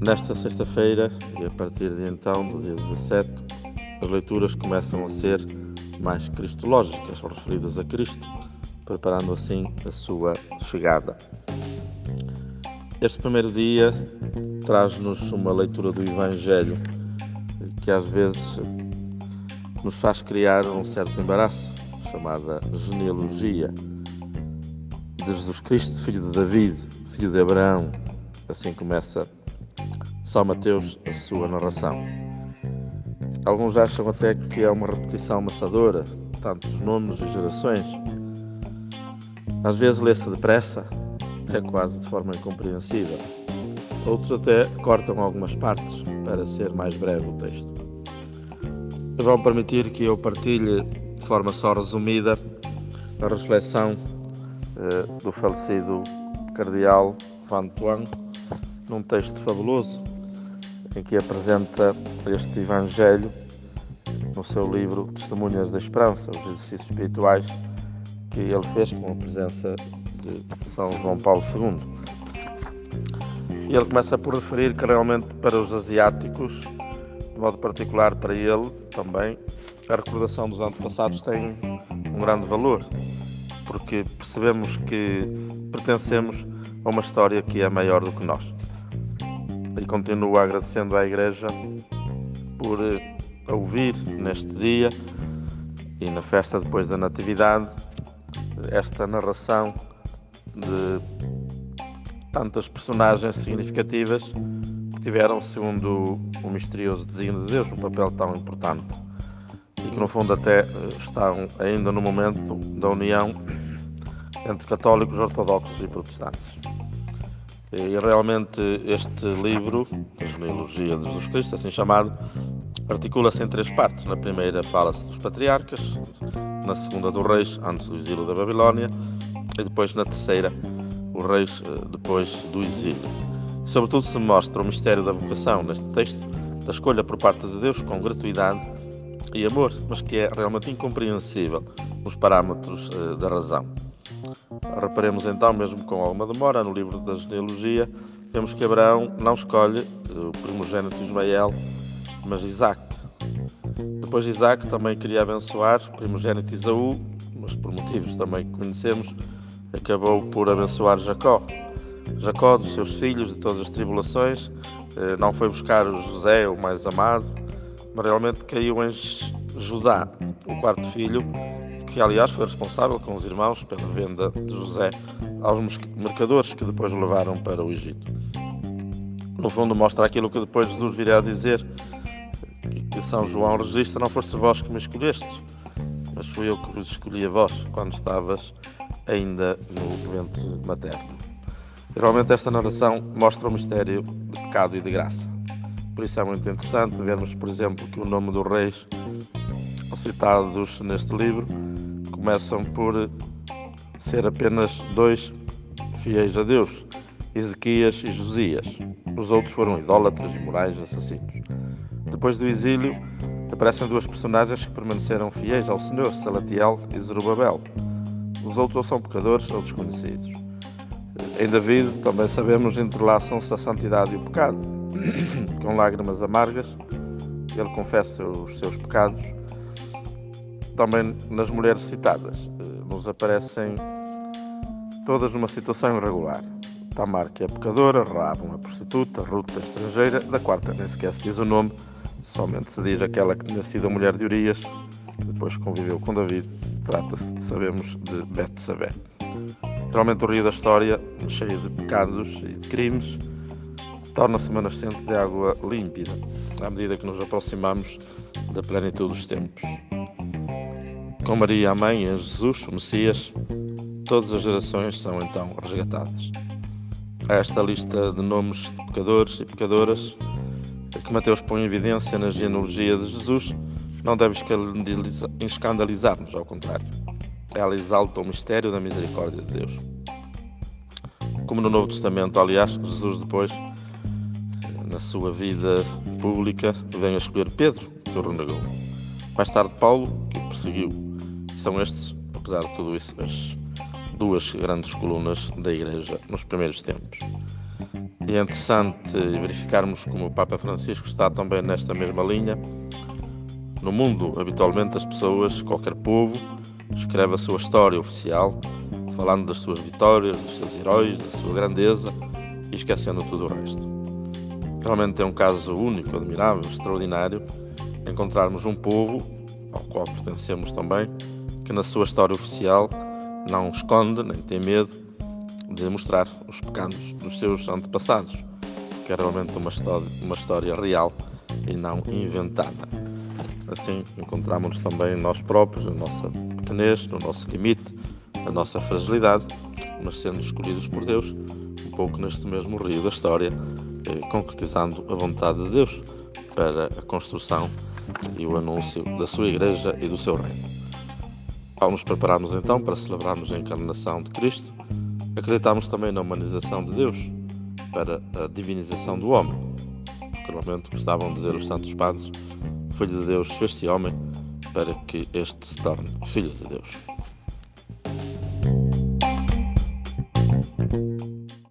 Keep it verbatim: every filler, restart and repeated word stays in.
Nesta sexta-feira, e a partir de então, do dia dezassete, as leituras começam a ser mais cristológicas, referidas a Cristo, preparando assim a sua chegada. Este primeiro dia traz-nos uma leitura do Evangelho que às vezes nos faz criar um certo embaraço, chamada genealogia de Jesus Cristo, filho de David, filho de Abraão. Assim começa São Mateus a sua narração. Alguns acham até que é uma repetição amassadora, tantos nomes e gerações. Às vezes lê-se depressa, até quase de forma incompreensível. Outros até cortam algumas partes para ser mais breve o texto. Vão permitir que eu partilhe de forma só resumida a reflexão eh, do falecido cardeal Van Thuan, num texto fabuloso em que apresenta este Evangelho no seu livro Testemunhas da Esperança, os exercícios espirituais que ele fez com a presença de São João Paulo segundo. E ele começa por referir que realmente para os asiáticos, de modo particular para ele também, a recordação dos antepassados tem um grande valor, porque percebemos que pertencemos a uma história que é maior do que nós. E continuo agradecendo à Igreja por ouvir neste dia e na festa depois da Natividade esta narração de tantas personagens significativas que tiveram, segundo o misterioso desígnio de Deus, um papel tão importante e que no fundo até estão ainda no momento da união entre católicos, ortodoxos e protestantes. E realmente este livro, a genealogia de Jesus Cristo, assim chamado, articula-se em três partes. Na primeira fala-se dos patriarcas, na segunda dos reis, antes do exílio da Babilónia, e depois na terceira, os reis depois do exílio. Sobretudo se mostra o mistério da vocação neste texto, da escolha por parte de Deus com gratuidade e amor, mas que é realmente incompreensível nos parâmetros da razão. Reparemos então, mesmo com alguma demora, no livro da genealogia, vemos que Abraão não escolhe o primogênito de Ismael, mas Isaac. Depois Isaac também queria abençoar o primogênito de Esaú, mas por motivos também que conhecemos, acabou por abençoar Jacó. Jacó, dos seus filhos, de todas as tribulações, não foi buscar o José, o mais amado, mas realmente caiu em Judá, o quarto filho, que aliás foi responsável com os irmãos pela venda de José aos mercadores que depois o levaram para o Egito. No fundo mostra aquilo que depois Jesus virá a dizer, que São João registra: não foste vós que me escolhestes, mas fui eu que vos escolhi a vós, quando estavas ainda no ventre materno. E, realmente esta narração mostra o mistério de pecado e de graça. Por isso é muito interessante vermos, por exemplo, que o nome dos reis citados neste livro começam por ser apenas dois fiéis a Deus, Ezequias e Josias. Os outros foram idólatras, imorais, assassinos. Depois do exílio, aparecem duas personagens que permaneceram fiéis ao Senhor, Salatiel e Zorobabel. Os outros ou são pecadores ou desconhecidos. Em David, também sabemos, entrelaçam-se a santidade e o pecado. Com lágrimas amargas, ele confessa os seus pecados. Também nas mulheres citadas, nos aparecem todas numa situação irregular. Tamar, que é pecadora, Raab, uma prostituta, Ruth, a estrangeira, da quarta nem sequer se diz o nome, somente se diz aquela que tinha sido a mulher de Urias, que depois conviveu com David. Trata-se, sabemos, de Betsabé. Realmente o rio da história, cheio de pecados e de crimes, torna-se uma nascente de água límpida, à medida que nos aproximamos da plenitude dos tempos. Com Maria, a mãe, e Jesus, o Messias, todas as gerações são então resgatadas. A esta lista de nomes de pecadores e pecadoras que Mateus põe em evidência na genealogia de Jesus não deve escandalizar-nos, ao contrário. Ela exalta o mistério da misericórdia de Deus. Como no Novo Testamento, aliás, Jesus depois, na sua vida pública, vem a escolher Pedro, que o renegou. Mais tarde Paulo, que o perseguiu. E são estes, apesar de tudo isso, as duas grandes colunas da Igreja nos primeiros tempos. E é interessante verificarmos como o Papa Francisco está também nesta mesma linha. No mundo, habitualmente, as pessoas, qualquer povo, escreve a sua história oficial, falando das suas vitórias, dos seus heróis, da sua grandeza e esquecendo tudo o resto. Realmente é um caso único, admirável, extraordinário, encontrarmos um povo, ao qual pertencemos também, que na sua história oficial não esconde nem tem medo de mostrar os pecados dos seus antepassados, que é realmente uma história, uma história real e não inventada. Assim, encontramos-nos também nós próprios, na nossa pequenez, no nosso limite, na nossa fragilidade, mas sendo escolhidos por Deus, um pouco neste mesmo rio da história, eh, concretizando a vontade de Deus para a construção e o anúncio da sua Igreja e do seu reino. Ao nos prepararmos então para celebrarmos a encarnação de Cristo, acreditamos também na humanização de Deus para a divinização do homem, porque realmente gostavam de dizer os santos padres: o Filho de Deus fez-se homem para que este se torne Filho de Deus.